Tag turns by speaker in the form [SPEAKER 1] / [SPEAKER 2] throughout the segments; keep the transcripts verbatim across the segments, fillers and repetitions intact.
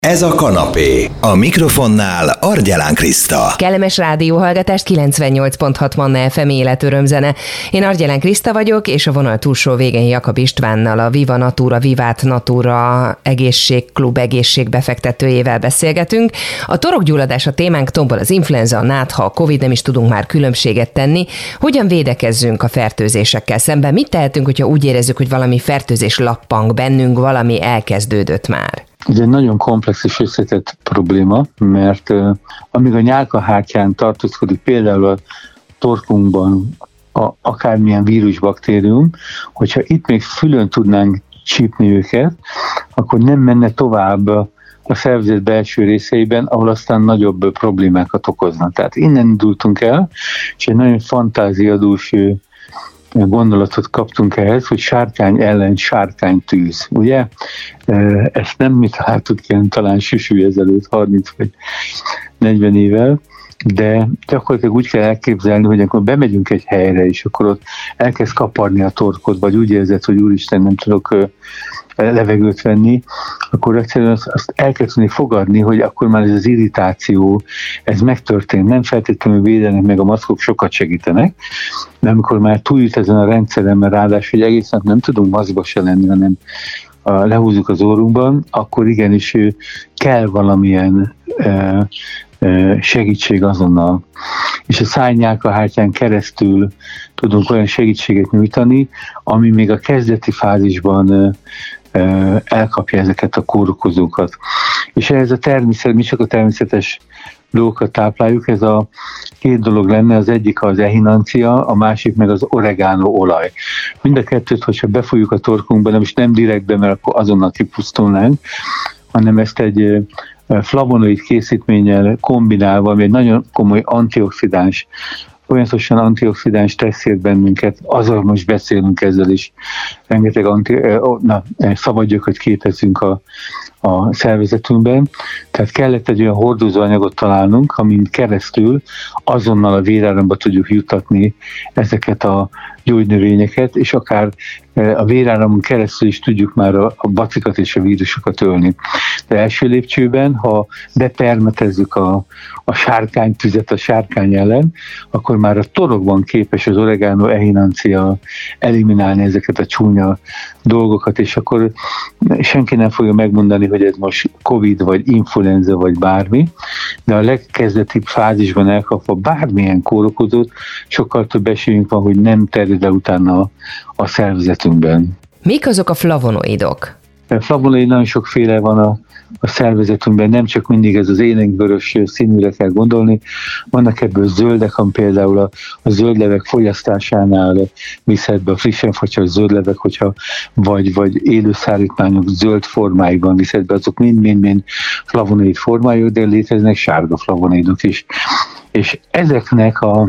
[SPEAKER 1] Ez a kanapé. A mikrofonnál Argyelán Kriszta.
[SPEAKER 2] Kellemes rádióhallgatást, kilencvennyolc pont hat Manna ef em életörömzene. Én Argyelán Kriszta vagyok, és a vonal túlsó végén Jakab Istvánnal, a Viva Natura, Vivát Natura egészségklub egészségbefektetőjével beszélgetünk. A torokgyulladás a témánk, tombol az influenza, a nátha, a Covid, nem is tudunk már különbséget tenni. Hogyan védekezzünk a fertőzésekkel szemben? Mit tehetünk, hogyha úgy érezzük, hogy valami fertőzés lappang bennünk, valami elkezdődött már?
[SPEAKER 3] Ez egy nagyon komplex és összetett probléma, mert uh, amíg a nyálkahártyán tartózkodik például a torkunkban a, akármilyen vírus, baktérium, hogyha itt még fülön tudnánk csípni őket, akkor nem menne tovább a szervezet belső részeiben, ahol aztán nagyobb problémákat okoznak. Tehát innen indultunk el, és egy nagyon fantáziadús gondolatot kaptunk ehhez, hogy sárkány ellen sárkány tűz, ugye? Ezt nem mit láttuk ilyen talán süsű ezelőtt harminc vagy negyven évvel, de gyakorlatilag úgy kell elképzelni, hogy akkor bemegyünk egy helyre, és akkor ott elkezd kaparni a torkod, vagy úgy érzed, hogy úristen, nem tudok levegőt venni, akkor egyszerűen azt, azt el kell tudni fogadni, hogy akkor már ez az irritáció, ez megtörtént. Nem feltétlenül védenek, meg a maszkok sokat segítenek, de amikor már túljut ezen a rendszeren, mert ráadásul, hogy egész nap nem tudunk maszkba se lenni, hanem a, lehúzzuk az orrunkban, akkor igenis kell valamilyen e, e, segítség azonnal. És a szájnyálkahártyán keresztül tudunk olyan segítséget nyújtani, ami még a kezdeti fázisban elkapja ezeket a kórokozókat. És ehhez a természet, mi csak a természetes dolgokat tápláljuk, ez a két dolog lenne, az egyik az ehinancia, a másik meg az oregánó olaj. Mind a kettőt, hogyha befújjuk a torkunkba, nem is nem direktbe, mert akkor azonnal kipusztulnánk, hanem ezt egy flavonoid készítménnyel kombinálva, ami egy nagyon komoly antioxidáns, folyamatosan antioxidáns tesszért bennünket, azon most beszélünk ezzel is, rengeteg anti, na, szabadgyököt képezünk a, a szervezetünkben, tehát kellett egy olyan hordozóanyagot találnunk, amin keresztül azonnal a véráramba tudjuk juttatni ezeket a gyógynövényeket, és akár a véráramon keresztül is tudjuk már a, a bacikat és a vírusokat ölni. De első lépcsőben, ha bepermetezzük a, a sárkánytüzet a sárkány ellen, akkor már a torokban képes az oregano ehinancia eliminálni ezeket a csúnya dolgokat, és akkor senki nem fogja megmondani, hogy ez most Covid, vagy influenza, vagy bármi, de a legkezdetibb fázisban elkapva bármilyen kórokozót, sokkal több esélyünk van, hogy nem terjed le utána a, a szervezetünkben.
[SPEAKER 2] Mik azok a flavonoidok?
[SPEAKER 3] A flavonoid nagyon sokféle van a, a szervezetünkben, nem csak mindig ez az élénkvörös színűre kell gondolni, vannak ebből zöldek, ami például a, a zöldlevek fogyasztásánál viszed be, a frissen facsas zöldlevek, hogyha vagy, vagy élő szállítmányok zöld formáiban viszed be, azok mind-mind flavonoid formájuk, de léteznek sárga flavonoidok is. És ezeknek a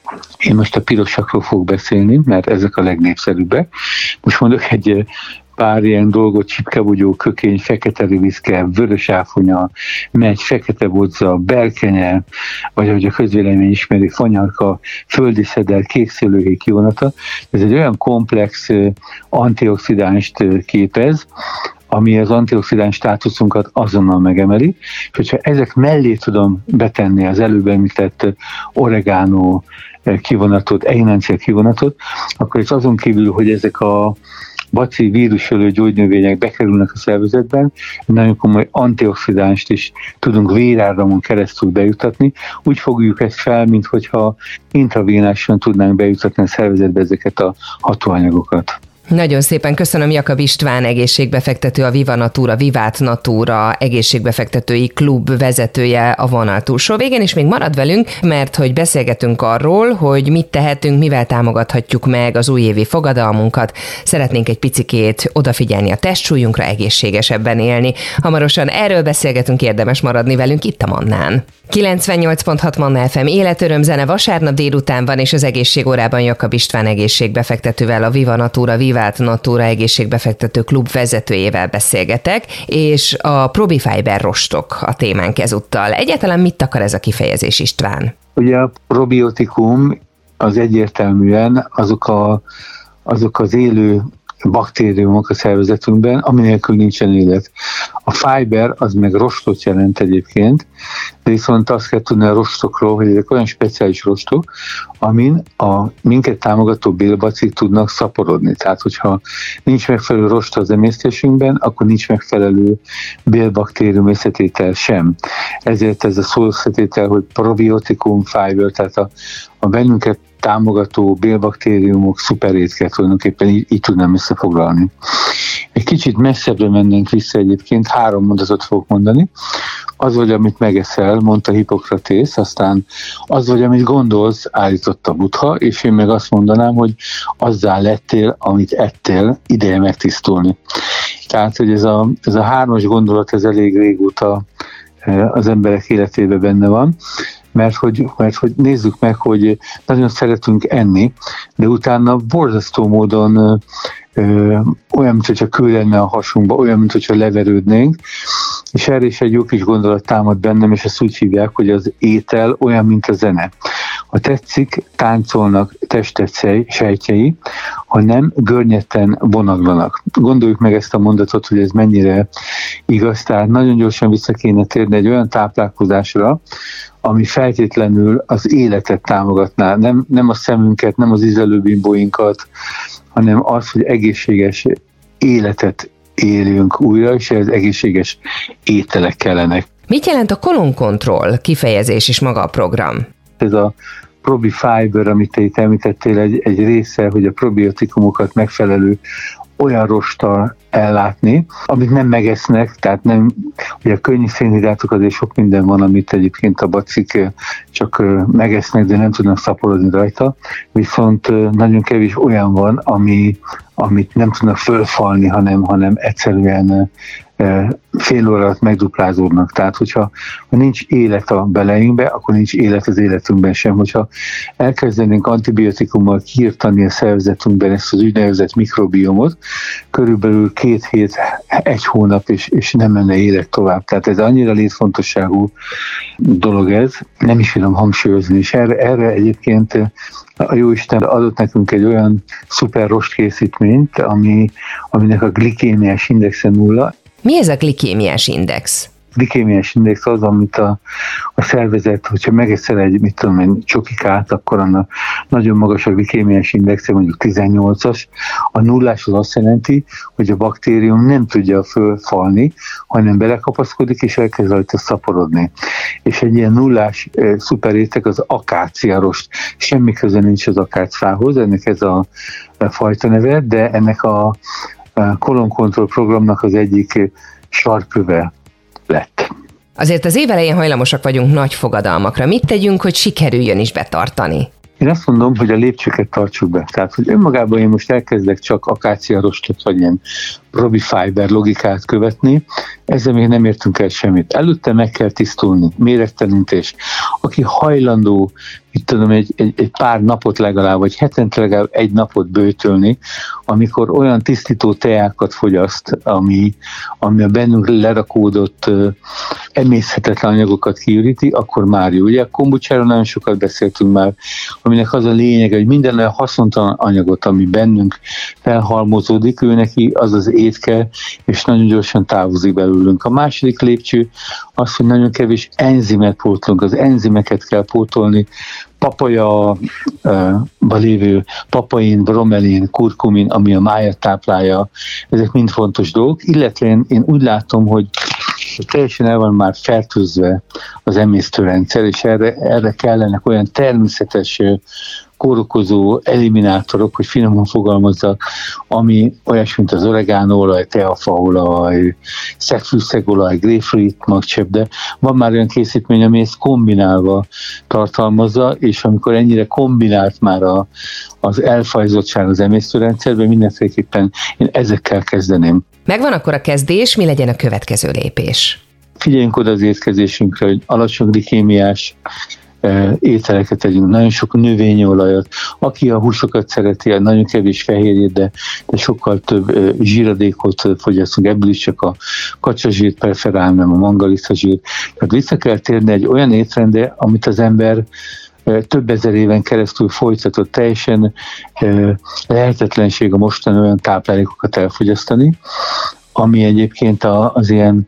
[SPEAKER 3] én most a pirosakról fogok beszélni, mert ezek a legnépszerűbbek. Most mondok egy pár ilyen dolgot: csipkebugyó, kökény, fekete riviszke, vörös áfonya, megy, fekete bodza, berkenye, vagy ahogy a közvélemény ismeri, fanyarka, földi szedel, kékszőlőhéj kivonata. Ez egy olyan komplex antioxidánst képez, ami az antioxidáns státuszunkat azonnal megemeli, és hogyha ezek mellé tudom betenni az előbb említett oregano kivonatot, ehinancia kivonatot, akkor ez azon kívül, hogy ezek a baci vírusölő gyógynövények bekerülnek a szervezetben, nagyon komoly antioxidánst is tudunk véráramon keresztül bejutatni. Úgy fogjuk ezt fel, minthogyha intravénásan tudnánk bejutatni a szervezetbe ezeket a hatóanyagokat.
[SPEAKER 2] Nagyon szépen köszönöm. Jakab István egészségbefektető, a Viva Natura, Vivát Natura egészségbefektetői klub vezetője a vonal túlsó végén, és még marad velünk, mert hogy beszélgetünk arról, hogy mit tehetünk, mivel támogathatjuk meg az újévi fogadalmunkat. Szeretnénk egy picikét odafigyelni a testsúlyunkra, egészségesebben élni. Hamarosan erről beszélgetünk, érdemes maradni velünk itt a Mannán. kilencvennyolc pont hat Manna ef em életörömzene vasárnap délután van, és az egészségórában Jakab István egészségbefektetővel, a Viva Natura, Vivát Natura egészségbefektető klub vezetőjével beszélgetek, és a Probifiber rostok a témánk ezúttal. Egyáltalán mit akar ez a kifejezés, István?
[SPEAKER 3] Ugye a probiotikum az egyértelműen azok, a, azok az élő baktériumok a szervezetünkben, ami nélkül nincsen élet. A fiber az meg rostot jelent egyébként, de viszont azt kell tudni a rostokról, hogy ezek olyan speciális rostok, amin a minket támogató bélbacik tudnak szaporodni. Tehát, hogyha nincs megfelelő rost az emésztésünkben, akkor nincs megfelelő bélbaktérium összetétel sem. Ezért ez a szó összetétel, hogy probiotikum fiber, tehát a, a bennünket támogató bélbaktériumok szuperétket tulajdonképpen így, így tudnám összefoglalni. Egy kicsit messzebbre mennénk vissza egyébként, három mondatot fogok mondani. Az vagy, amit megeszel, mondta Hippokratész, aztán az vagy, amit gondolsz, állította Buddha, és én meg azt mondanám, hogy azzá lettél, amit ettél, ideje megtisztulni. Tehát, hogy ez a, ez a hármas gondolat, ez elég régóta az emberek életében benne van, mert hogy, mert hogy nézzük meg, hogy nagyon szeretünk enni, de utána borzasztó módon ö, olyan, mintha kő lenne a hasunkba, olyan, mintha leverődnénk, és erre is egy jó kis gondolat támad bennem, és ezt úgy hívják, hogy az étel olyan, mint a zene. Ha tetszik, táncolnak testet sejtjei, ha nem, görnyetten vonaglanak. Gondoljuk meg ezt a mondatot, hogy ez mennyire igaz, tehát nagyon gyorsan vissza kéne térni egy olyan táplálkozásra, ami feltétlenül az életet támogatná, nem, nem a szemünket, nem az ízelőbimbóinkat, hanem az, hogy egészséges életet élünk újra, és ez egészséges ételek kellenek.
[SPEAKER 2] Mit jelent a kolonkontroll kifejezés és maga a program?
[SPEAKER 3] Ez a Probi Fiber, amit te itt említettél, egy, egy része, hogy a probiotikumokat megfelelő olyan rosttal ellátni, amit nem megesznek, tehát nem, ugye a könnyű szénhidrátok azért sok minden van, amit egyébként a bacik csak megesznek, de nem tudnak szaporodni rajta, viszont nagyon kevés olyan van, ami, amit nem tudnak fölfalni, hanem, hanem egyszerűen fél óra alatt megduplázódnak. Tehát, hogyha ha nincs élet a beleinkbe, akkor nincs élet az életünkben sem. Hogyha elkezdenénk antibiotikummal kiirtani a szervezetünkben ezt az úgynevezett mikrobiomot, körülbelül két hét, egy hónap, és, és nem menne élet tovább. Tehát ez annyira létfontosságú dolog ez, nem is tudom hangsúlyozni, és erre, erre egyébként a Jóisten adott nekünk egy olyan szuper rostkészítményt, ami, aminek a glikémiás indexe nulla.
[SPEAKER 2] Mi ez a glikémiás index?
[SPEAKER 3] Glikémiás index az, amit a, a szervezet, hogyha megeszel egy, mit tudom én, csokikát, akkor annak nagyon magas a glikémiás indexe, mondjuk tizennyolcas. A nullás az azt jelenti, hogy a baktérium nem tudja fölfalni, hanem belekapaszkodik, és elkezd rajta szaporodni. És egy ilyen nullás e, szuperréteg az akáciarost. Semmi köze nincs az akácfához, ennek ez a, a fajta neve, de ennek a, a kolonkontroll programnak az egyik sarköve lett.
[SPEAKER 2] Azért az év elején hajlamosak vagyunk nagy fogadalmakra. Mit tegyünk, hogy sikerüljön is betartani?
[SPEAKER 3] Én azt mondom, hogy a lépcsőket tartsuk be. Tehát, hogy önmagában én most elkezdek csak akáciarostot, vagy ilyen Probi Fiber logikát követni, ezzel még nem értünk el semmit. Előtte meg kell tisztulni, méregtelenítés. Aki hajlandó, mit tudom, egy, egy, egy pár napot legalább, vagy hetente legalább egy napot böjtölni, amikor olyan tisztító teákat fogyaszt, ami, ami a bennünk lerakódott uh, emészhetetlen anyagokat kiüríti, akkor már jó. Ugye a kombucsáról nagyon sokat beszéltünk már, aminek az a lényege, hogy minden olyan haszontalan anyagot, ami bennünk felhalmozódik, ő neki az az étke, és nagyon gyorsan távozik belőlünk. A második lépcső az, hogy nagyon kevés enzimet pótlunk. Az enzimeket kell pótolni, papaja, ba lévő papain, bromelin, kurkumin, ami a májat táplálja, ezek mind fontos dolgok, illetve én, én úgy látom, hogy teljesen el van már fertőzve az emésztőrendszer, és erre, erre kellenek olyan természetes kórokozó eliminátorok, hogy finoman fogalmazzak, ami olyas, mint az oregánolaj, teafaolaj, szegfűszegolaj, grapefruit magcsepp, de van már olyan készítmény, ami ezt kombinálva tartalmazza, és amikor ennyire kombinált már a, az elfajzottság az emésztőrendszerben, mindenféleképpen én ezekkel kezdeném.
[SPEAKER 2] Megvan akkor a kezdés, mi legyen a következő lépés?
[SPEAKER 3] Figyeljünk oda az étkezésünkre, hogy alacsony glikémiás ételeket tegyünk, nagyon sok növényolajat. Aki a húsokat szereti, nagyon kevés fehérjét, de, de sokkal több zsíradékot fogyasztunk, ebből is csak a kacsazsírt preferál, nem a mangaliszazsírt. Tehát vissza kell térni egy olyan étrendre, amit az ember több ezer éven keresztül folytatott teljesen lehetetlenség a mostani olyan táplálékokat elfogyasztani, ami egyébként az ilyen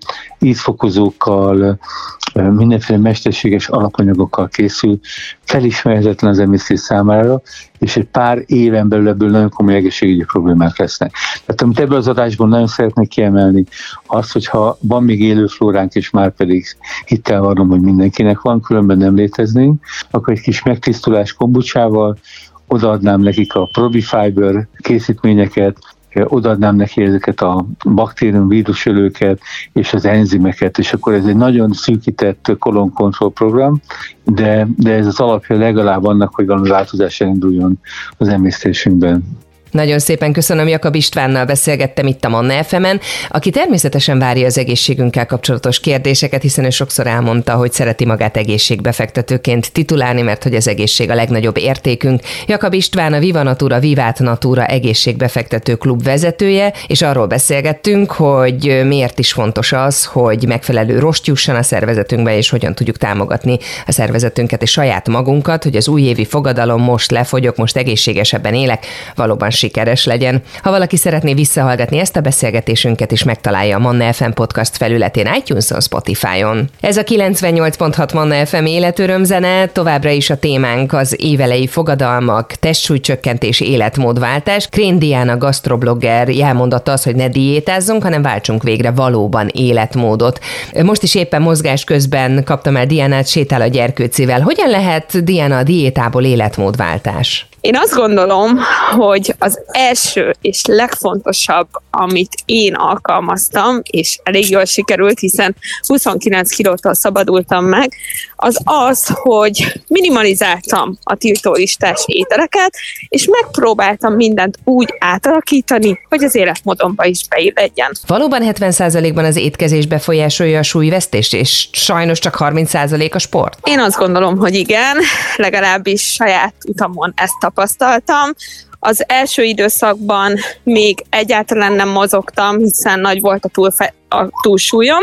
[SPEAKER 3] ízfokozókkal, mindenféle mesterséges alapanyagokkal készül, felismerhetetlen az emésztés számára, és egy pár éven belül ebből nagyon komoly egészségügyi problémák lesznek. Tehát amit ebből az adásból nagyon szeretnék kiemelni, az, hogyha van még élő flóránk, és már pedig hittel varom, hogy mindenkinek van, különben nem léteznénk, akkor egy kis megtisztulás kombucsával odaadnám nekik a ProbiFiber készítményeket, odaadnám neki ezeket a baktérium vírusölőket és az enzimeket, és akkor ez egy nagyon szűkített colon control program, de, de ez az alapja legalább annak, hogy valami változás elinduljon az emésztésünkben.
[SPEAKER 2] Nagyon szépen köszönöm, Jakab Istvánnal beszélgettem itt a Manna ef emen, aki természetesen várja az egészségünkkel kapcsolatos kérdéseket, hiszen ő sokszor elmondta, hogy szereti magát egészségbefektetőként titulálni, mert hogy az egészség a legnagyobb értékünk. Jakab István a Viva Natura Vivát Natura egészségbefektető klub vezetője, és arról beszélgettünk, hogy miért is fontos az, hogy megfelelő rost jusson a szervezetünkbe, és hogyan tudjuk támogatni a szervezetünket és saját magunkat, hogy az újévi fogadalom most lefogyok, most egészségesebben élek, valóban sikeres legyen. Ha valaki szeretné visszahallgatni ezt a beszélgetésünket is, megtalálja a Manna ef em podcast felületén, iTunes-on, Spotify-on. Ez a kilencvennyolc pont hat Manna ef em életörömzene, továbbra is a témánk az évelei fogadalmak, testsúlycsökkentés, életmódváltás. Krén Diana gasztroblogger jelmondata az, hogy ne diétázzunk, hanem váltsunk végre valóban életmódot. Most is éppen mozgás közben kaptam el Dianát, sétál a gyerkőcivel. Hogyan lehet, Diana, a diétából életmódváltás?
[SPEAKER 4] Én azt gondolom, hogy az első és legfontosabb, amit én alkalmaztam, és elég jól sikerült, hiszen huszonkilenc kilótól szabadultam meg, az az, hogy minimalizáltam a tiltólistás ételeket, és megpróbáltam mindent úgy átalakítani, hogy az életmódomba is beillegyen.
[SPEAKER 2] Valóban hetven százalékban az étkezés befolyásolja a súlyvesztést, és sajnos csak harminc százalék a sport?
[SPEAKER 4] Én azt gondolom, hogy igen, legalábbis saját utamon ezt tapasztaltam. Az első időszakban még egyáltalán nem mozogtam, hiszen nagy volt a, túlfe- a túlsúlyom,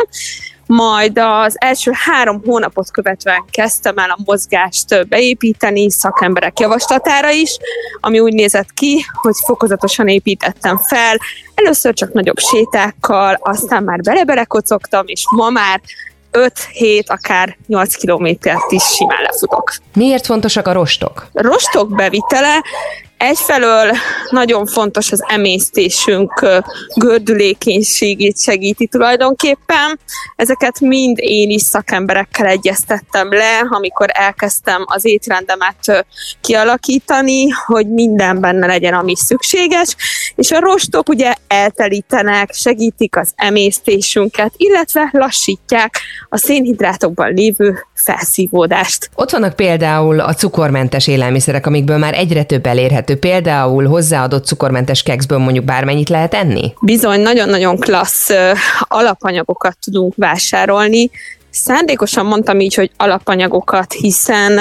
[SPEAKER 4] majd az első három hónapot követően kezdtem el a mozgást beépíteni szakemberek javaslatára is, ami úgy nézett ki, hogy fokozatosan építettem fel, először csak nagyobb sétákkal, aztán már bele-bele kocogtam, és ma már öt hét, akár nyolc kilométert is simán lefutok.
[SPEAKER 2] Miért fontosak a rostok?
[SPEAKER 4] Rostok bevitele egyfelől nagyon fontos az emésztésünk gördülékenységét segíti tulajdonképpen. Ezeket mind én is szakemberekkel egyeztettem le, amikor elkezdtem az étrendemet kialakítani, hogy minden benne legyen, ami szükséges, és a rostok ugye eltelítenek, segítik az emésztésünket, illetve lassítják a szénhidrátokban lévő felszívódást.
[SPEAKER 2] Ott vannak például a cukormentes élelmiszerek, amikből már egyre több elérhető. Például hozzáadott cukormentes kekszből mondjuk bármennyit lehet enni?
[SPEAKER 4] Bizony, nagyon-nagyon klassz alapanyagokat tudunk vásárolni. Szándékosan mondtam így, hogy alapanyagokat, hiszen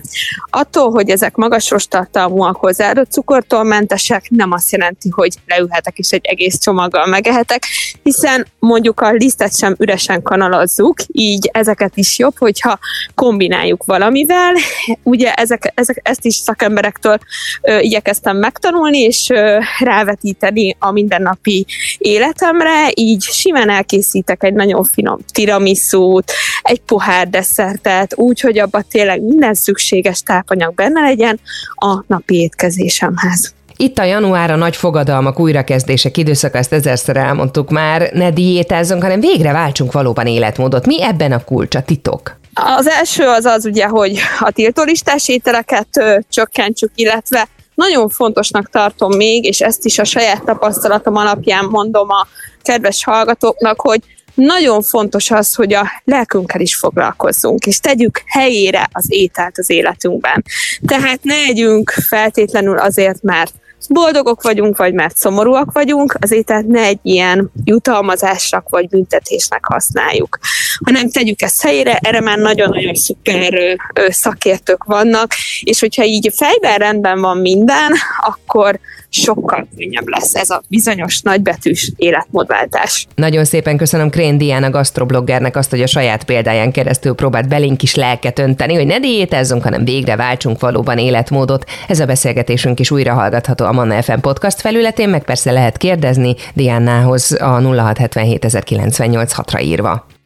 [SPEAKER 4] attól, hogy ezek magas rosttartalmúak, hozzáadott cukortól mentesek, nem azt jelenti, hogy leülhetek és egy egész csomaggal megehetek, hiszen mondjuk a lisztet sem üresen kanalazzuk, így ezeket is jobb, hogyha kombináljuk valamivel. Ugye ezek, ezek, ezt is szakemberektől ö, igyekeztem megtanulni, és ö, rávetíteni a mindennapi életemre, így simán elkészítek egy nagyon finom tiramisút, egy pohár desszertet, úgy, hogy abban tényleg minden szükséges tápanyag benne legyen a napi étkezésemhez.
[SPEAKER 2] Itt a január a nagy fogadalmak újrakezdések időszaka, ezt ezerszer elmondtuk már, ne diétázzunk, hanem végre váltsunk valóban életmódot. Mi ebben a kulcs, a titok?
[SPEAKER 4] Az első az az ugye, hogy a tiltólistás ételeket ö, csökkentsük, illetve nagyon fontosnak tartom még, és ezt is a saját tapasztalatom alapján mondom a kedves hallgatóknak, hogy nagyon fontos az, hogy a lelkünkkel is foglalkozzunk, és tegyük helyére az ételt az életünkben. Tehát ne együnk feltétlenül azért, mert boldogok vagyunk, vagy mert szomorúak vagyunk, az ételt ne egy ilyen jutalmazásnak vagy büntetésnek használjuk, hanem tegyük ezt helyére, erre már nagyon-nagyon szuper szakértők vannak, és hogyha így fejben rendben van minden, akkor sokkal könnyebb lesz ez a bizonyos nagybetűs életmódváltás.
[SPEAKER 2] Nagyon szépen köszönöm Krén Diana gasztrobloggernek azt, hogy a saját példáján keresztül próbált belénk is lelket önteni, hogy ne diétezzünk, hanem végre váltsunk valóban életmódot. Ez a beszélgetésünk is újra hallgatható a Manna ef em podcast felületén, meg persze lehet kérdezni Diánához a nulla hat hetvenhét ezerkilencszáznyolcvanhat-ra írva.